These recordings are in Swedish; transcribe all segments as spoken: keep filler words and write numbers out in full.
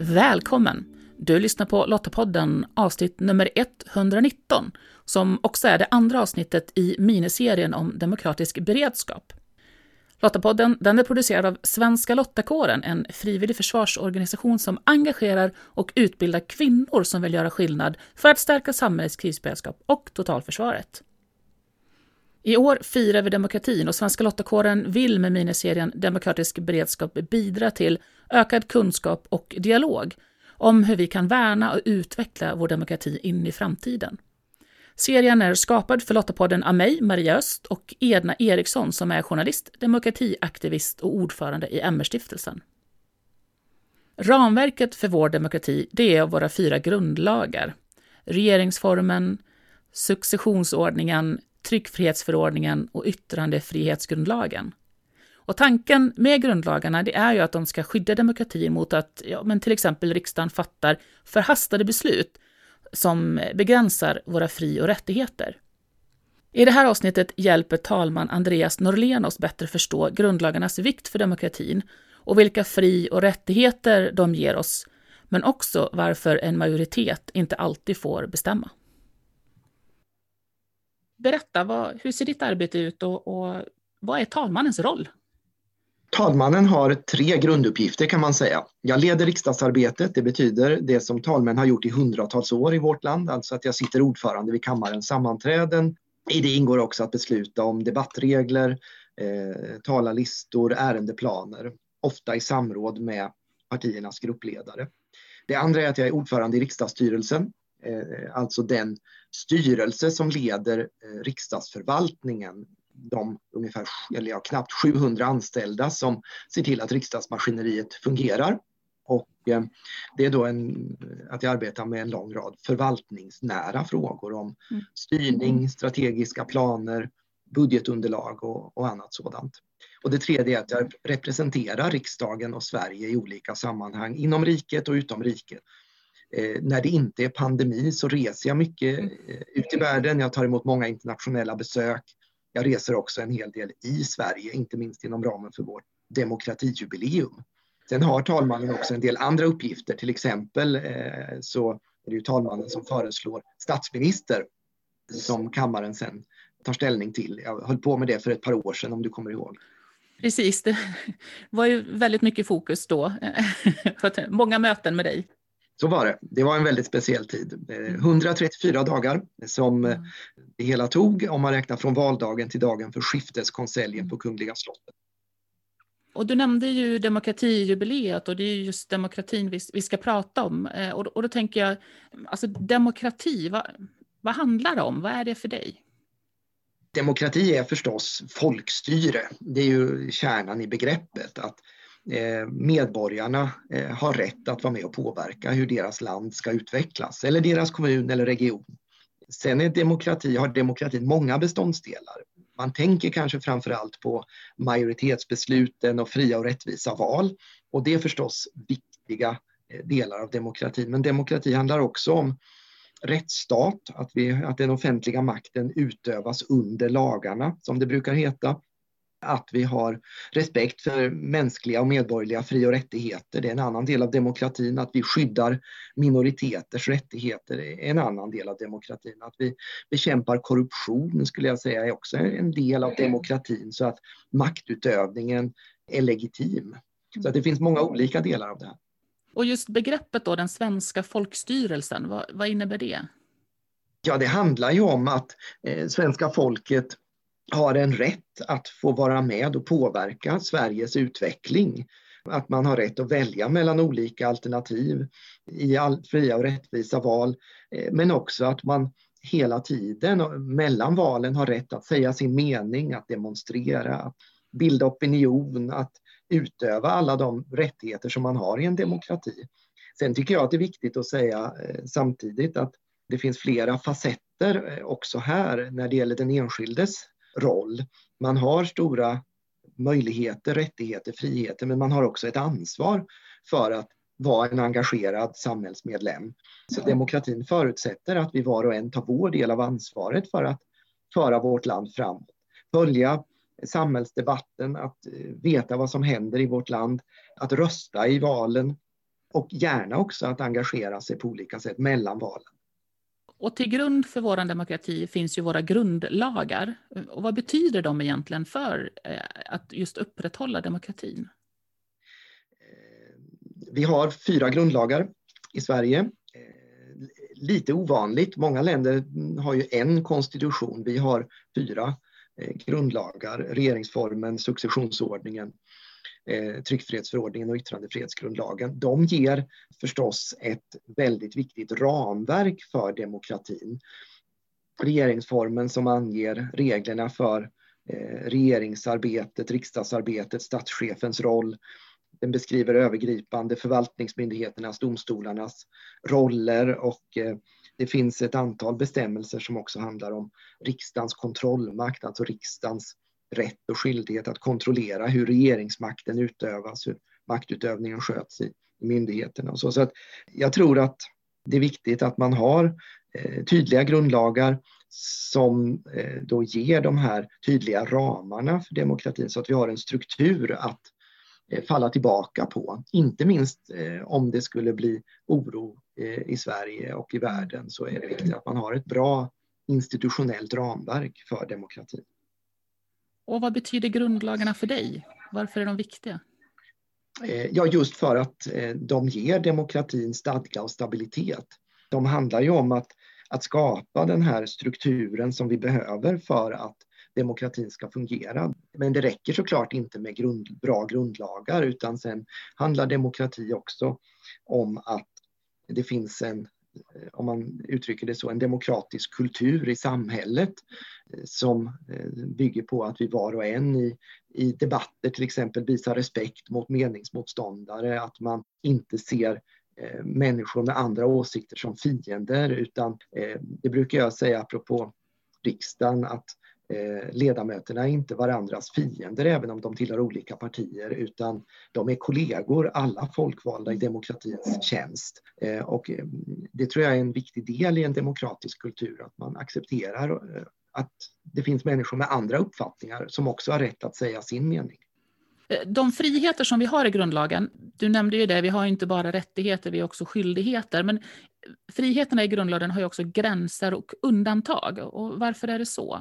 Välkommen! Du lyssnar på Lottapodden avsnitt nummer etthundranitton som också är det andra avsnittet i miniserien om demokratisk beredskap. Lottapodden den är producerad av Svenska Lottakåren, en frivillig försvarsorganisation som engagerar och utbildar kvinnor som vill göra skillnad för att stärka samhällets krisberedskap och totalförsvaret. I år firar vi demokratin och Svenska Lottakåren vill med miniserien Demokratisk beredskap bidra till ökad kunskap och dialog om hur vi kan värna och utveckla vår demokrati in i framtiden. Serien är skapad för Lottapodden av mig, Maria Öst, och Edna Eriksson som är journalist, demokratiaktivist och ordförande i M R-stiftelsen. Ramverket för vår demokrati det är våra fyra grundlagar. Regeringsformen, successionsordningen, tryckfrihetsförordningen och yttrandefrihetsgrundlagen. Och tanken med grundlagarna det är ju att de ska skydda demokratin mot att ja, men till exempel riksdagen fattar förhastade beslut som begränsar våra fri- och rättigheter. I det här avsnittet hjälper talman Andreas Norlén oss bättre förstå grundlagarnas vikt för demokratin och vilka fri- och rättigheter de ger oss, men också varför en majoritet inte alltid får bestämma. Berätta, vad, hur ser ditt arbete ut och, och vad är talmannens roll? Talmannen har tre grunduppgifter kan man säga. Jag leder riksdagsarbetet, det betyder det som talmän har gjort i hundratals år i vårt land, alltså att jag sitter ordförande vid kammarens sammanträden. I det ingår också att besluta om debattregler, eh, talarlistor, ärendeplaner, ofta i samråd med partiernas gruppledare. Det andra är att jag är ordförande i riksdagsstyrelsen, eh, alltså den styrelse som leder eh, riksdagsförvaltningen. De ungefär eller ja, knappt sjuhundra anställda som ser till att riksdagsmaskineriet fungerar. Och eh, det är då en, att jag arbetar med en lång rad förvaltningsnära frågor om mm. styrning, strategiska planer, budgetunderlag och, och annat sådant. Och det tredje är att jag representerar riksdagen och Sverige i olika sammanhang inom riket och utom riket. Eh, när det inte är pandemi så reser jag mycket eh, ut i världen. Jag tar emot många internationella besök. Jag reser också en hel del i Sverige, inte minst inom ramen för vårt demokratijubileum. Sen har talmannen också en del andra uppgifter. Till exempel eh, så är det ju talmannen som föreslår statsminister som kammaren sen tar ställning till. Jag höll på med det för ett par år sedan om du kommer ihåg. Precis, det var ju väldigt mycket fokus då. Många möten med dig. Så var det. Det var en väldigt speciell tid. hundratrettiofyra dagar som mm. det hela tog om man räknar från valdagen till dagen för skifteskonseljen på Kungliga slottet. Och du nämnde ju demokratijubileet och det är just demokratin vi, vi ska prata om. Och, och då tänker jag, alltså demokrati, vad, vad handlar det om? Vad är det för dig? Demokrati är förstås folkstyre. Det är ju kärnan i begreppet att medborgarna har rätt att vara med och påverka hur deras land ska utvecklas eller deras kommun eller region. Sen är demokrati, har demokratin många beståndsdelar. Man tänker kanske framförallt på majoritetsbesluten och fria och rättvisa val och det är förstås viktiga delar av demokratin. Men demokrati handlar också om rättsstat, att, vi, att den offentliga makten utövas under lagarna som det brukar heta. Att vi har respekt för mänskliga och medborgerliga fri- och rättigheter. Det är en annan del av demokratin. Att vi skyddar minoriteters rättigheter är en annan del av demokratin. Att vi bekämpar korruption skulle jag säga är också en del av demokratin. Så att maktutövningen är legitim. Så att det finns många olika delar av det här. Och just begreppet då, den svenska folkstyrelsen, vad, vad innebär det? Ja, det handlar ju om att eh, svenska folket har en rätt att få vara med och påverka Sveriges utveckling. Att man har rätt att välja mellan olika alternativ i all fria och rättvisa val. Men också att man hela tiden mellan valen har rätt att säga sin mening, att demonstrera, att bilda opinion, att utöva alla de rättigheter som man har i en demokrati. Sen tycker jag att det är viktigt att säga samtidigt att det finns flera facetter också här när det gäller den enskildes roll. Man har stora möjligheter, rättigheter, friheter, men man har också ett ansvar för att vara en engagerad samhällsmedlem. Så demokratin förutsätter att vi var och en tar vår del av ansvaret för att föra vårt land framåt. Följa samhällsdebatten, att veta vad som händer i vårt land, att rösta i valen, Och gärna också att engagera sig på olika sätt mellan valen. Och till grund för vår demokrati finns ju våra grundlagar. Och vad betyder de egentligen för att just upprätthålla demokratin? Vi har fyra grundlagar i Sverige. Lite ovanligt. Många länder har ju en konstitution. Vi har fyra grundlagar. Regeringsformen, successionsordningen, tryckfrihetsförordningen och yttrandefrihetsgrundlagen. De ger förstås ett väldigt viktigt ramverk för demokratin. Regeringsformen som anger reglerna för regeringsarbetet, riksdagsarbetet, statschefens roll. Den beskriver övergripande förvaltningsmyndigheternas, domstolarnas roller och det finns ett antal bestämmelser som också handlar om riksdagens kontrollmakt, alltså riksdagens rätt och skyldighet att kontrollera hur regeringsmakten utövas, hur maktutövningen sköts i myndigheterna och så. Så att jag tror att det är viktigt att man har eh, tydliga grundlagar som eh, då ger de här tydliga ramarna för demokratin så att vi har en struktur att eh, falla tillbaka på. Inte minst eh, om det skulle bli oro eh, i Sverige och i världen så är det viktigt att man har ett bra institutionellt ramverk för demokratin. Och vad betyder grundlagarna för dig? Varför är de viktiga? Ja, just för att de ger demokratin stadga och stabilitet. De handlar ju om att, att skapa den här strukturen som vi behöver för att demokratin ska fungera. Men det räcker såklart inte med grund, bra grundlagar utan sen handlar demokrati också om att det finns en, om man uttrycker det så, en demokratisk kultur i samhället som bygger på att vi var och en i, i debatter till exempel visar respekt mot meningsmotståndare, att man inte ser eh, människor med andra åsikter som fiender utan eh, det brukar jag säga apropå riksdagen att eh, ledamöterna är inte varandras fiender även om de tillhör olika partier utan de är kollegor, alla folkvalda i demokratins tjänst. Eh, och eh, det tror jag är en viktig del i en demokratisk kultur att man accepterar eh, att det finns människor med andra uppfattningar som också har rätt att säga sin mening. De friheter som vi har i grundlagen, du nämnde ju det, vi har inte bara rättigheter, vi har också skyldigheter. Men friheterna i grundlagen har ju också gränser och undantag. Och varför är det så?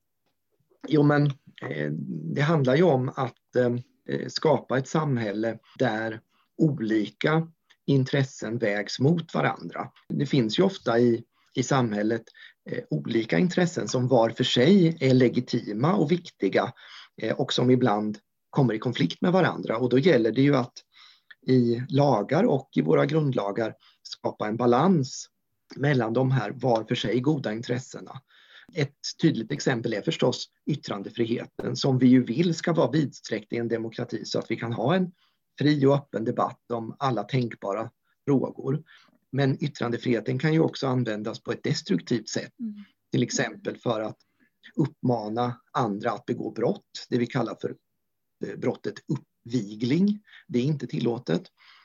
Jo, men eh, det handlar ju om att eh, skapa ett samhälle där olika intressen vägs mot varandra. Det finns ju ofta i, i samhället eh, olika intressen som var för sig är legitima och viktiga eh, och som ibland kommer i konflikt med varandra. Och då gäller det ju att i lagar och i våra grundlagar skapa en balans mellan de här var för sig goda intressena. Ett tydligt exempel är förstås yttrandefriheten som vi ju vill ska vara vidsträckt i en demokrati så att vi kan ha en fri och öppen debatt om alla tänkbara frågor. Men yttrandefriheten kan ju också användas på ett destruktivt sätt. Mm. Till exempel för att uppmana andra att begå brott, det vi kallar för brottet uppvigling. Det är inte tillåtet.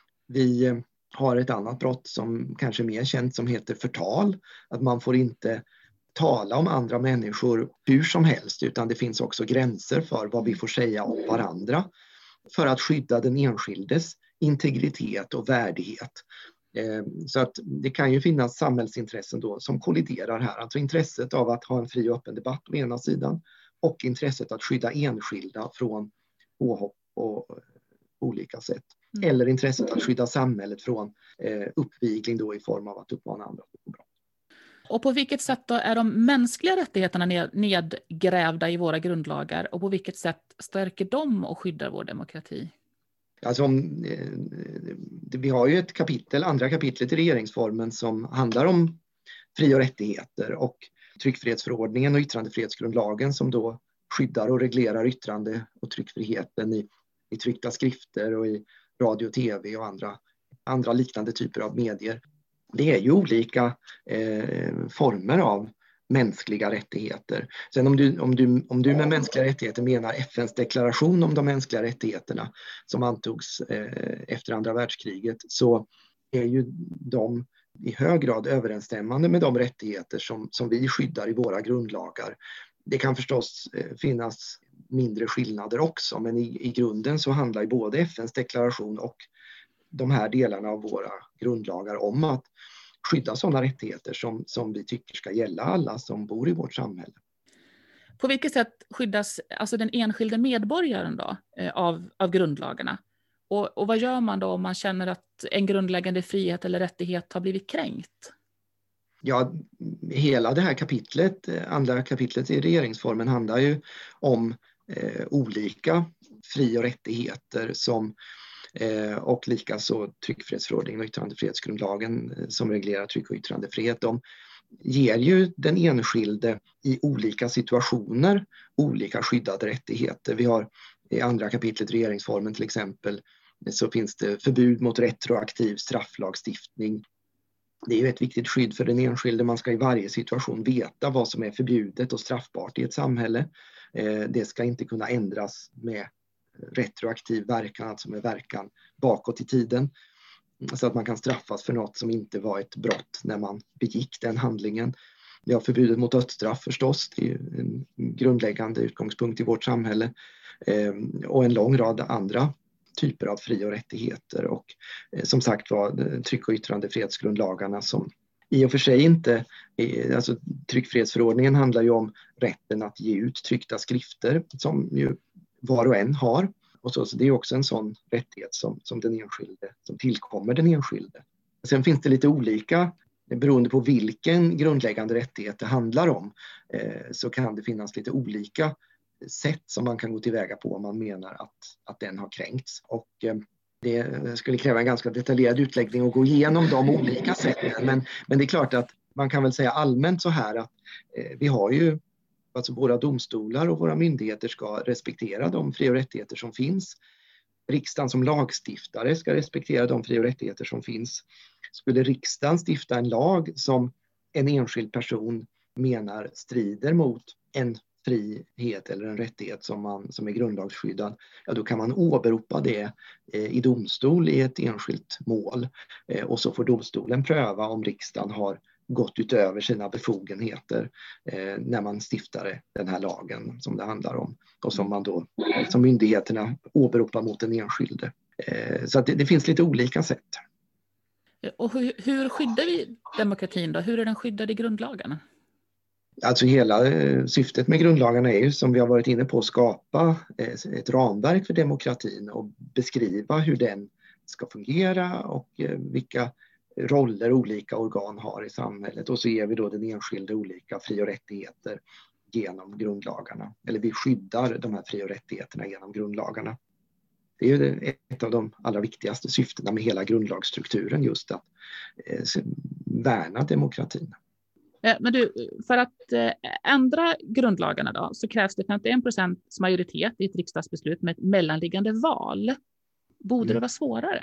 Vi har ett annat brott som kanske är mer känt som heter förtal. Att man får inte tala om andra människor hur som helst utan det finns också gränser för vad vi får säga om varandra för att skydda den enskildes integritet och värdighet. Så att det kan ju finnas samhällsintressen då som kolliderar här. Alltså intresset av att ha en fri och öppen debatt å ena sidan och intresset att skydda enskilda från påhopp på olika sätt. Mm. Eller intresset att skydda samhället från eh, uppvigling då i form av att uppmana andra att begå brott. Och på vilket sätt då är de mänskliga rättigheterna ned, nedgrävda i våra grundlagar och på vilket sätt stärker de och skyddar vår demokrati? Alltså, eh, vi har ju ett kapitel, andra kapitlet i regeringsformen som handlar om fri- och rättigheter och tryckfrihetsförordningen och yttrandefrihetsgrundlagen som då skyddar och reglerar yttrande- och tryckfriheten i, i tryckta skrifter och i radio, tv och andra, andra liknande typer av medier. Det är ju olika eh, former av mänskliga rättigheter. Sen om du, om, du, om du med mänskliga rättigheter menar F N:s deklaration om de mänskliga rättigheterna som antogs eh, efter andra världskriget så är ju de i hög grad överensstämmande med de rättigheter som, som vi skyddar i våra grundlagar. Det kan förstås eh, finnas mindre skillnader också men i, i grunden så handlar ju både F N:s deklaration och de här delarna av våra grundlagar om att skydda sådana rättigheter som, som vi tycker ska gälla alla som bor i vårt samhälle. På vilket sätt skyddas alltså den enskilde medborgaren då, av, av grundlagarna? Och, och vad gör man då om man känner att en grundläggande frihet eller rättighet har blivit kränkt? Ja, hela det här kapitlet, andra kapitlet i regeringsformen handlar ju om eh, olika fri- och rättigheter som eh, och likaså tryckfrihetsförordningen och yttrandefrihetsgrundlagen eh, som reglerar tryck- och yttrandefrihet. De ger ju den enskilde i olika situationer olika skyddade rättigheter. Vi har i andra kapitlet regeringsformen till exempel så finns det förbud mot retroaktiv strafflagstiftning. Det är ju ett viktigt skydd för den enskilde. Man ska i varje situation veta vad som är förbjudet och straffbart i ett samhälle. Det ska inte kunna ändras med retroaktiv verkan, alltså med verkan bakåt i tiden. Så att man kan straffas för något som inte var ett brott när man begick den handlingen. Vi har förbudet mot dödsstraff förstås. Det är en grundläggande utgångspunkt i vårt samhälle. Och en lång rad andra typer av fri- och rättigheter och eh, som sagt var tryck- och yttrandefrihetsgrundlagarna som i och för sig inte, eh, alltså tryckfrihetsförordningen handlar ju om rätten att ge ut tryckta skrifter som ju var och en har och så, så det är också en sån rättighet som, som den enskilde, som tillkommer den enskilde. Sen finns det lite olika, beroende på vilken grundläggande rättighet det handlar om eh, så kan det finnas lite olika sätt som man kan gå tillväga på om man menar att, att den har kränkts. Och eh, det skulle kräva en ganska detaljerad utläggning att gå igenom de olika sätten. Men, men det är klart att man kan väl säga allmänt så här att eh, vi har ju, alltså våra domstolar och våra myndigheter ska respektera de fri- och rättigheter som finns. Riksdagen som lagstiftare ska respektera de fri- och rättigheter som finns. Skulle riksdagen stifta en lag som en enskild person menar strider mot en frihet eller en rättighet som, man, som är grundlagsskyddad, ja då kan man åberopa det eh, i domstol i ett enskilt mål eh, och så får domstolen pröva om riksdagen har gått utöver sina befogenheter eh, när man stiftade den här lagen som det handlar om och som man då som myndigheterna åberopar mot den enskilde. Eh, så att det, det finns lite olika sätt. Och hur, hur skyddar vi demokratin då? Hur är den skyddad i grundlagarna? Alltså hela eh, syftet med grundlagarna är ju som vi har varit inne på att skapa eh, ett ramverk för demokratin och beskriva hur den ska fungera och eh, vilka roller olika organ har i samhället och så ger vi då den enskilde olika fri- och rättigheter genom grundlagarna. Eller vi skyddar de här fri- och rättigheterna genom grundlagarna. Det är ju ett av de allra viktigaste syftena med hela grundlagsstrukturen, just att eh, värna demokratin. Men du, för att ändra grundlagarna då, så krävs det femtioen procents majoritet i ett riksdagsbeslut med ett mellanliggande val. Borde mm. det vara svårare?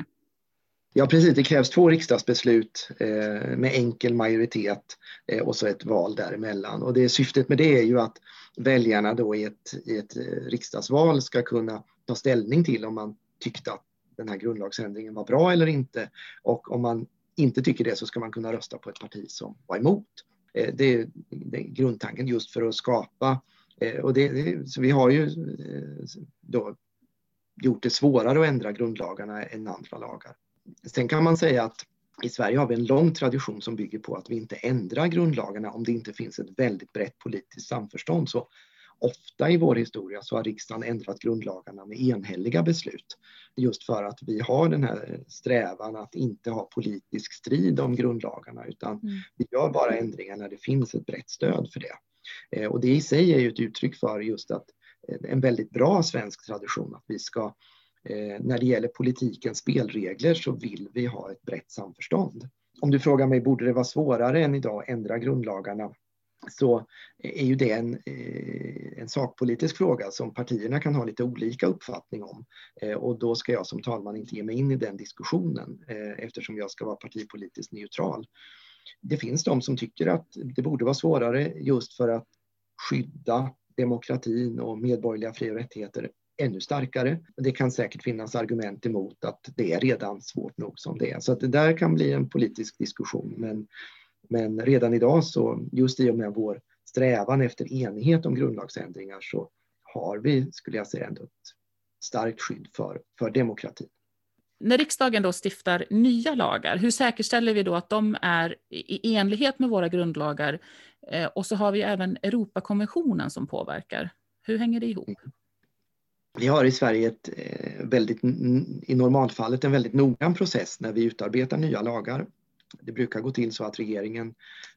Ja, precis. Det krävs två riksdagsbeslut eh, med enkel majoritet eh, och så ett val däremellan. Och det syftet med det är ju att väljarna då i ett, i ett riksdagsval ska kunna ta ställning till om man tyckte att den här grundlagsändringen var bra eller inte. Och om man inte tycker det så ska man kunna rösta på ett parti som var emot. Eh, det, är, det är grundtanken just för att skapa. Eh, och det, det, så vi har ju eh, då gjort det svårare att ändra grundlagarna än andra lagar. Sen kan man säga att i Sverige har vi en lång tradition som bygger på att vi inte ändrar grundlagarna om det inte finns ett väldigt brett politiskt samförstånd. Så ofta i vår historia så har riksdagen ändrat grundlagarna med enhälliga beslut. Just för att vi har den här strävan att inte ha politisk strid om grundlagarna utan mm. vi gör bara ändringar när det finns ett brett stöd för det. Och det i sig är ju ett uttryck för just att en väldigt bra svensk tradition att vi ska Eh, när det gäller politikens spelregler så vill vi ha ett brett samförstånd. Om du frågar mig, borde det vara svårare än idag att ändra grundlagarna, så är ju det en, eh, en sakpolitisk fråga som partierna kan ha lite olika uppfattning om. Eh, och då ska jag som talman inte ge mig in i den diskussionen eh, eftersom jag ska vara partipolitiskt neutral. Det finns de som tycker att det borde vara svårare just för att skydda demokratin och medborgerliga fri- och rättigheter ännu starkare. Det kan säkert finnas argument emot att det är redan svårt nog som det är. Så att det där kan bli en politisk diskussion. Men, men redan idag så, just i och med vår strävan efter enighet om grundlagsändringar så har vi, skulle jag säga, ändå ett starkt skydd för, för demokratin. När riksdagen då stiftar nya lagar, hur säkerställer vi då att de är i enlighet med våra grundlagar? Eh, och så har vi även Europakonventionen som påverkar. Hur hänger det ihop? Vi har i Sverige ett, eh, väldigt, i normalfallet en väldigt noggrann process när vi utarbetar nya lagar. Det brukar gå till så att regeringen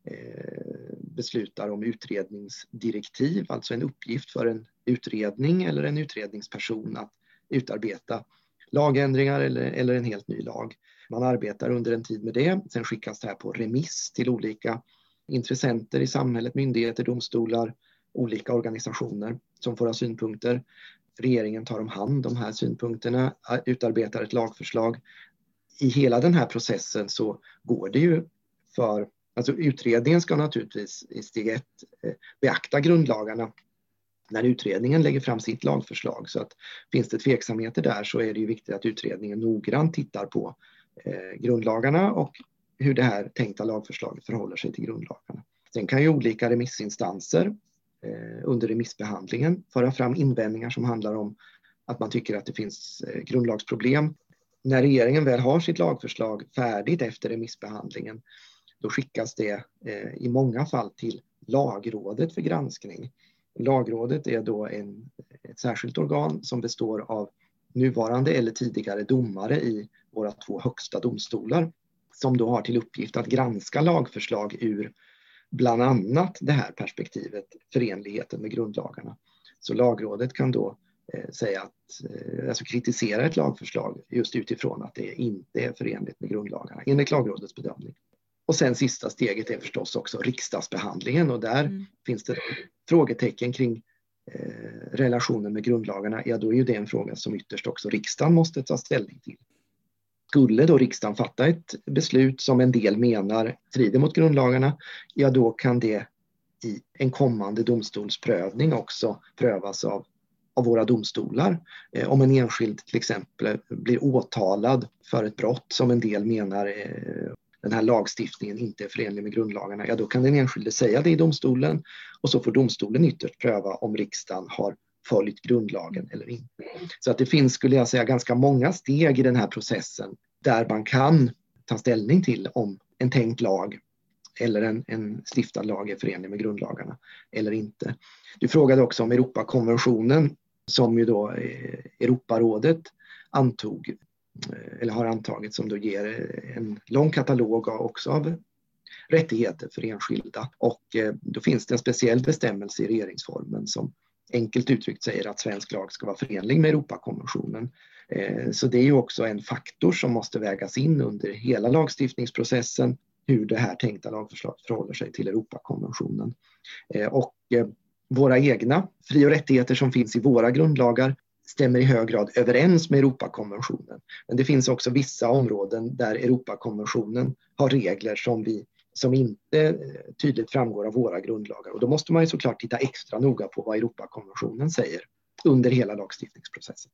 eh, beslutar om utredningsdirektiv, alltså en uppgift för en utredning eller en utredningsperson att utarbeta lagändringar eller, eller en helt ny lag. Man arbetar under en tid med det, sen skickas det här på remiss till olika intressenter i samhället, myndigheter, domstolar, olika organisationer som får ha synpunkter. Regeringen tar om hand de här synpunkterna, utarbetar ett lagförslag. I hela den här processen så går det ju för, alltså utredningen ska naturligtvis i steg ett beakta grundlagarna när utredningen lägger fram sitt lagförslag. Så att finns det tveksamheter där så är det ju viktigt att utredningen noggrant tittar på eh, grundlagarna och hur det här tänkta lagförslaget förhåller sig till grundlagarna. Sen kan ju olika remissinstanser eh, under remissbehandlingen föra fram invändningar som handlar om att man tycker att det finns eh, grundlagsproblem. När regeringen väl har sitt lagförslag färdigt efter remissbehandlingen, då skickas det eh, i många fall till Lagrådet för granskning. Lagrådet är då en, ett särskilt organ som består av nuvarande eller tidigare domare i våra två högsta domstolar som då har till uppgift att granska lagförslag ur bland annat det här perspektivet, förenligheten med grundlagarna. Så Lagrådet kan då eh, säga att, eh, alltså kritisera ett lagförslag just utifrån att det inte är förenligt med grundlagarna enligt Lagrådets bedömning. Och sen sista steget är förstås också riksdagsbehandlingen och där mm. finns det frågetecken kring eh, relationen med grundlagarna. Ja, då är ju det en fråga som ytterst också riksdagen måste ta ställning till. Skulle då riksdagen fatta ett beslut som en del menar strider mot grundlagarna, ja då kan det i en kommande domstolsprövning också prövas av, av våra domstolar. Eh, om en enskild till exempel blir åtalad för ett brott som en del menar eh, den här lagstiftningen inte är förenlig med grundlagarna, ja då kan den enskilde säga det i domstolen och så får domstolen ytterst pröva om riksdagen har följt grundlagen eller inte. Så att det finns, skulle jag säga, ganska många steg i den här processen där man kan ta ställning till om en tänkt lag eller en, en stiftad lag är förenlig med grundlagarna eller inte. Du frågade också om Europakonventionen som ju då Europarådet antog eller har antagit, som då ger en lång katalog också av rättigheter för enskilda. Och då finns det en speciell bestämmelse i regeringsformen som enkelt uttryckt säger att svensk lag ska vara förenlig med Europakonventionen. Så det är ju också en faktor som måste vägas in under hela lagstiftningsprocessen, hur det här tänkta lagförslaget förhåller sig till Europakonventionen. Och våra egna fri- och rättigheter som finns i våra grundlagar stämmer i hög grad överens med Europakonventionen. Men det finns också vissa områden där Europakonventionen har regler som, vi, som inte tydligt framgår av våra grundlagar. Och då måste man ju såklart titta extra noga på vad Europakonventionen säger under hela lagstiftningsprocessen.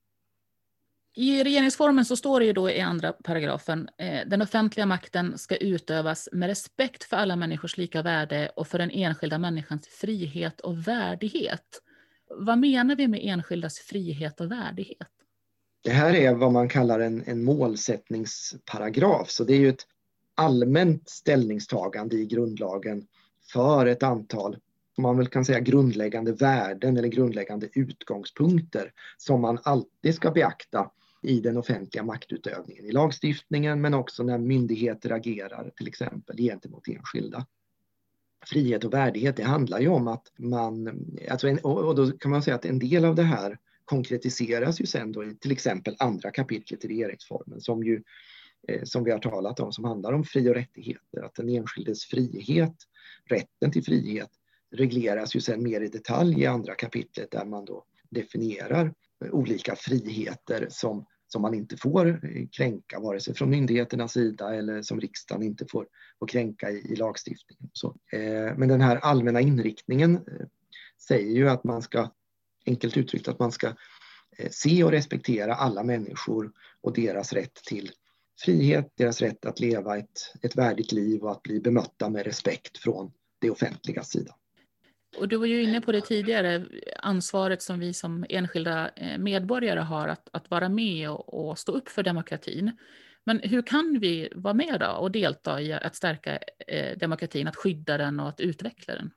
I regeringsformen så står det ju då i andra paragrafen, eh, den offentliga makten ska utövas med respekt för alla människors lika värde och för den enskilda människans frihet och värdighet. Vad menar vi med enskildas frihet och värdighet? Det här är vad man kallar en, en målsättningsparagraf. Så det är ju ett allmänt ställningstagande i grundlagen för ett antal, som man väl kan säga, grundläggande värden eller grundläggande utgångspunkter som man alltid ska beakta i den offentliga maktutövningen, i lagstiftningen men också när myndigheter agerar till exempel gentemot enskilda. Frihet och värdighet, det handlar ju om att man, alltså en, och då kan man säga att en del av det här konkretiseras ju sen då i till exempel andra kapitlet i regeringsformen som ju, eh, som vi har talat om, som handlar om fri- och rättigheter, att den enskildes frihet, rätten till frihet regleras ju sen mer i detalj i andra kapitlet där man då definierar olika friheter som som man inte får kränka vare sig från myndigheternas sida eller som riksdagen inte får, får kränka i, i lagstiftningen. Så, eh, men den här allmänna inriktningen eh, säger ju att man ska, enkelt uttryckt, att man ska eh, se och respektera alla människor och deras rätt till frihet, deras rätt att leva ett, ett värdigt liv och att bli bemötta med respekt från det offentliga sidan. Och du var ju inne på det tidigare, ansvaret som vi som enskilda medborgare har att, att vara med och, och stå upp för demokratin. Men hur kan vi vara med då och delta i att stärka eh, demokratin, att skydda den och att utveckla den?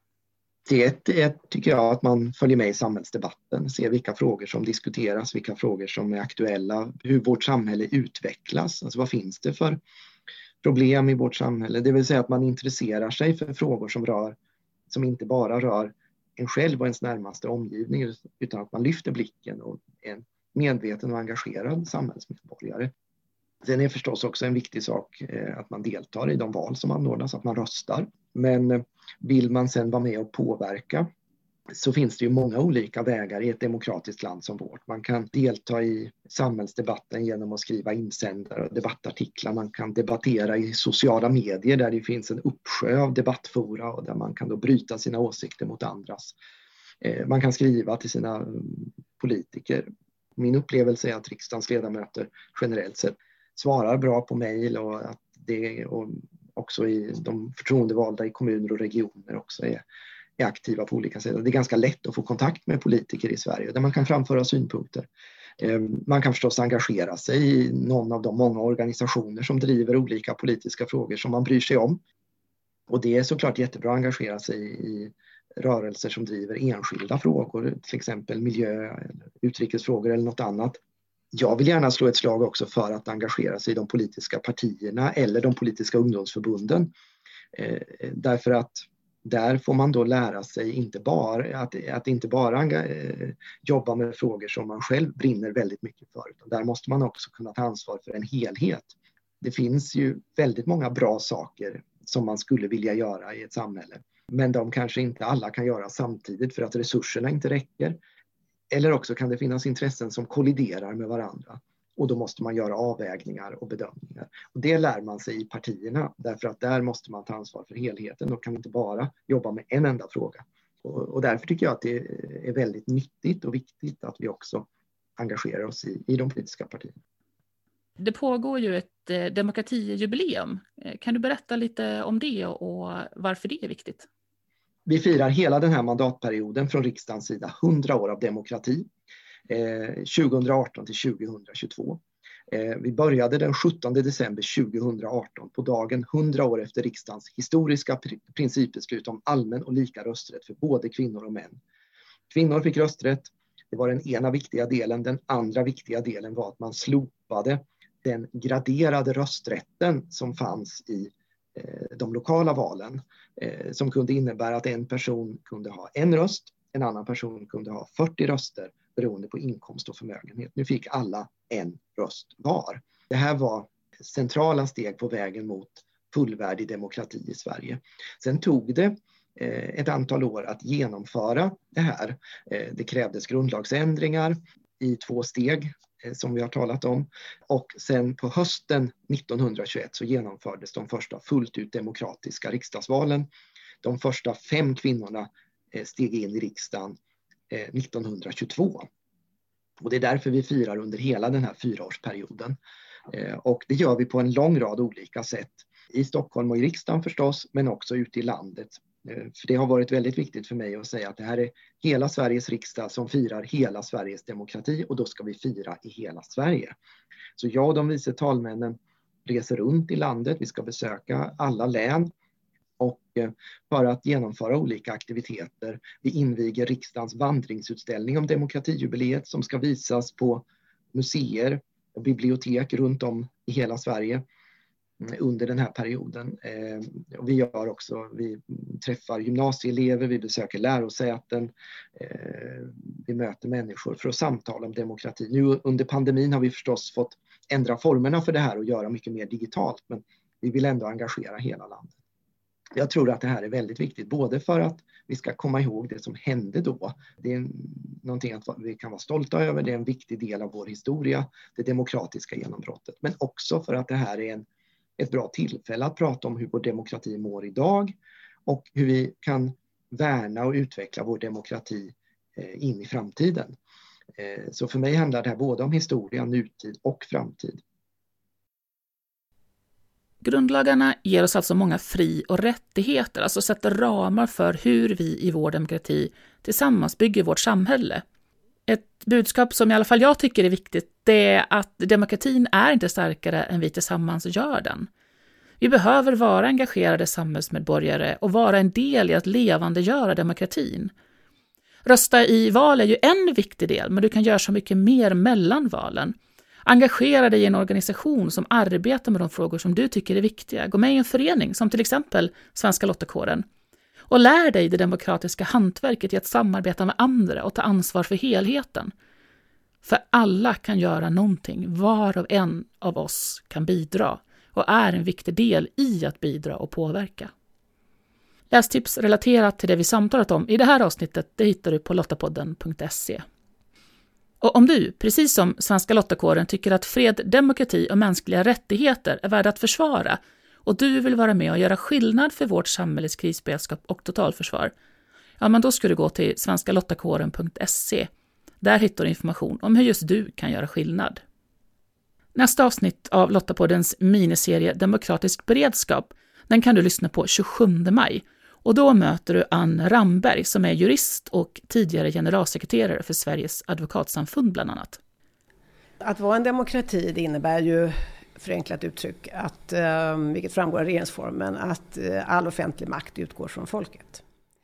Det är, tycker jag, att man följer med i samhällsdebatten, ser vilka frågor som diskuteras, vilka frågor som är aktuella, hur vårt samhälle utvecklas, alltså vad finns det för problem i vårt samhälle. Det vill säga att man intresserar sig för frågor som rör, som inte bara rör en själv och ens närmaste omgivning, utan att man lyfter blicken och är en medveten och engagerad samhällsmedborgare. Sen är förstås också en viktig sak att man deltar i de val som anordnas, att man röstar. Men vill man sen vara med och påverka så finns det ju många olika vägar i ett demokratiskt land som vårt. Man kan delta i samhällsdebatten genom att skriva insändare och debattartiklar. Man kan debattera i sociala medier där det finns en uppsjö av debattfora och där man kan då bryta sina åsikter mot andras. Man kan skriva till sina politiker. Min upplevelse är att riksdagens ledamöter generellt sett svarar bra på mejl och att det och också i de förtroendevalda i kommuner och regioner också är, är aktiva på olika sätt. Det är ganska lätt att få kontakt med politiker i Sverige där man kan framföra synpunkter. Man kan förstås engagera sig i någon av de många organisationer som driver olika politiska frågor som man bryr sig om. Och det är såklart jättebra att engagera sig i rörelser som driver enskilda frågor, till exempel miljö, utrikesfrågor eller något annat. Jag vill gärna slå ett slag också för att engagera sig i de politiska partierna eller de politiska ungdomsförbunden. Eh, därför att där får man då lära sig inte bara, att, att inte bara eh, jobba med frågor som man själv brinner väldigt mycket för. Utan där måste man också kunna ta ansvar för en helhet. Det finns ju väldigt många bra saker som man skulle vilja göra i ett samhälle. Men de kanske inte alla kan göra samtidigt för att resurserna inte räcker. Eller också kan det finnas intressen som kolliderar med varandra. Och då måste man göra avvägningar och bedömningar. Och det lär man sig i partierna. Därför att där måste man ta ansvar för helheten. Och kan inte bara jobba med en enda fråga. Och, och därför tycker jag att det är väldigt nyttigt och viktigt att vi också engagerar oss i, i de politiska partierna. Det pågår ju ett eh, demokratijubileum. Kan du berätta lite om det och varför det är viktigt? Vi firar hela den här mandatperioden från riksdagens sida hundra år av demokrati, eh, tjugohundraarton till tjugohundratjugotvå. Eh, vi började den sjuttonde december tjugohundraarton på dagen hundra år efter riksdagens historiska pr- principbeslut om allmän och lika rösträtt för både kvinnor och män. Kvinnor fick rösträtt, det var den ena viktiga delen. Den andra viktiga delen var att man slopade den graderade rösträtten som fanns i de lokala valen eh, som kunde innebära att en person kunde ha en röst, en annan person kunde ha fyrtio röster beroende på inkomst och förmögenhet. Nu fick alla en röst var. Det här var centrala steg på vägen mot fullvärdig demokrati i Sverige. Sen tog det eh, ett antal år att genomföra det här. Eh, det krävdes grundlagsändringar i två steg som vi har talat om. Och sen på hösten nittonhundratjugoett så genomfördes de första fullt ut demokratiska riksdagsvalen. De första fem kvinnorna steg in i riksdagen nittonhundratjugotvå. Och det är därför vi firar under hela den här fyraårsperioden. Och det gör vi på en lång rad olika sätt. I Stockholm och i riksdagen förstås, men också ute i landet. För det har varit väldigt viktigt för mig att säga att det här är hela Sveriges riksdag som firar hela Sveriges demokrati och då ska vi fira i hela Sverige. Så jag och de vice talmännen reser runt i landet, vi ska besöka alla län och för att genomföra olika aktiviteter. Vi inviger riksdagens vandringsutställning om demokratijubileet som ska visas på museer och bibliotek runt om i hela Sverige under den här perioden. Eh, och vi gör också, vi träffar gymnasieelever, vi besöker lärosäten, eh, vi möter människor för att samtala om demokrati. Nu under pandemin har vi förstås fått ändra formerna för det här och göra mycket mer digitalt, men vi vill ändå engagera hela landet. Jag tror att det här är väldigt viktigt, både för att vi ska komma ihåg det som hände då. Det är någonting att vi kan vara stolta över, det är en viktig del av vår historia, det demokratiska genombrottet, men också för att det här är en ett bra tillfälle att prata om hur vår demokrati mår idag och hur vi kan värna och utveckla vår demokrati in i framtiden. Så för mig handlar det här både om historia, nutid och framtid. Grundlagarna ger oss alltså många fri- och rättigheter, alltså sätter ramar för hur vi i vår demokrati tillsammans bygger vårt samhälle. Ett budskap som i alla fall jag tycker är viktigt, det är att demokratin är inte starkare än vi tillsammans gör den. Vi behöver vara engagerade samhällsmedborgare och vara en del i att levandegöra demokratin. Rösta i val är ju en viktig del, men du kan göra så mycket mer mellan valen. Engagera dig i en organisation som arbetar med de frågor som du tycker är viktiga. Gå med i en förening som till exempel Svenska Lottakåren. Och lär dig det demokratiska hantverket i att samarbeta med andra och ta ansvar för helheten. För alla kan göra någonting, var och en av oss kan bidra och är en viktig del i att bidra och påverka. Lästips relaterat till det vi samtalat om i det här avsnittet, det hittar du på lottapodden punkt se. Och om du, precis som Svenska Lottakåren, tycker att fred, demokrati och mänskliga rättigheter är värda att försvara och du vill vara med och göra skillnad för vårt samhälles krisberedskap och totalförsvar, ja men då ska du gå till svenska lottakåren punkt se. Där hittar du information om hur just du kan göra skillnad. Nästa avsnitt av Lottapoddens miniserie Demokratisk beredskap, den kan du lyssna på tjugosjunde maj. Och då möter du Ann Ramberg som är jurist och tidigare generalsekreterare för Sveriges advokatsamfund bland annat. Att vara en demokrati, det innebär ju förenklat uttryck, att, vilket framgår av regeringsformen, att all offentlig makt utgår från folket.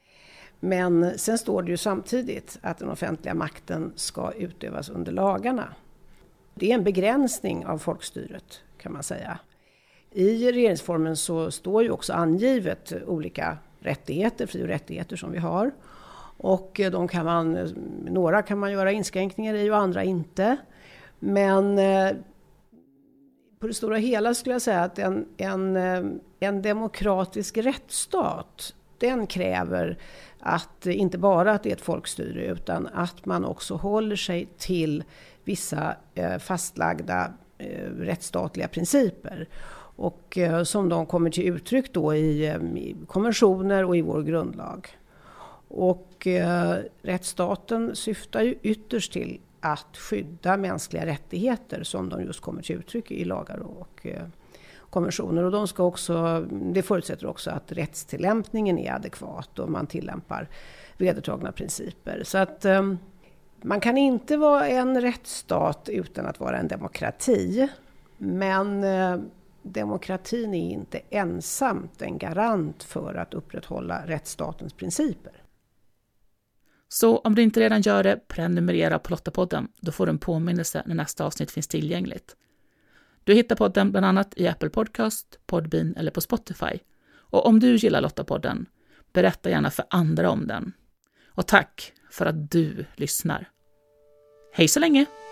Men sen står det ju samtidigt att den offentliga makten ska utövas under lagarna. Det är en begränsning av folkstyret kan man säga. I regeringsformen så står ju också angivet olika rättigheter, fri- och rättigheter som vi har. Och de kan man, några kan man göra inskränkningar i och andra inte. Men eh, på det stora hela skulle jag säga att en, en, en demokratisk rättsstat, den kräver att inte bara att det är ett folkstyre utan att man också håller sig till vissa eh, fastlagda eh, rättsstatliga principer. Och eh, som de kommer till uttryck då i, i konventioner och i vår grundlag. Och eh, rättsstaten syftar ju ytterst till att skydda mänskliga rättigheter som de just kommer till uttryck i lagar och eh, konventioner. Och de ska också, det förutsätter också att rättstillämpningen är adekvat och man tillämpar vedertagna principer. Så att eh, man kan inte vara en rättsstat utan att vara en demokrati. Men eh, demokratin är inte ensamt en garant för att upprätthålla rättsstatens principer. Så om du inte redan gör det, prenumerera på Lottapodden. Då får du en påminnelse när nästa avsnitt finns tillgängligt. Du hittar podden bland annat i Apple Podcast, Podbean eller på Spotify. Och om du gillar Lottapodden, berätta gärna för andra om den. Och tack för att du lyssnar. Hej så länge!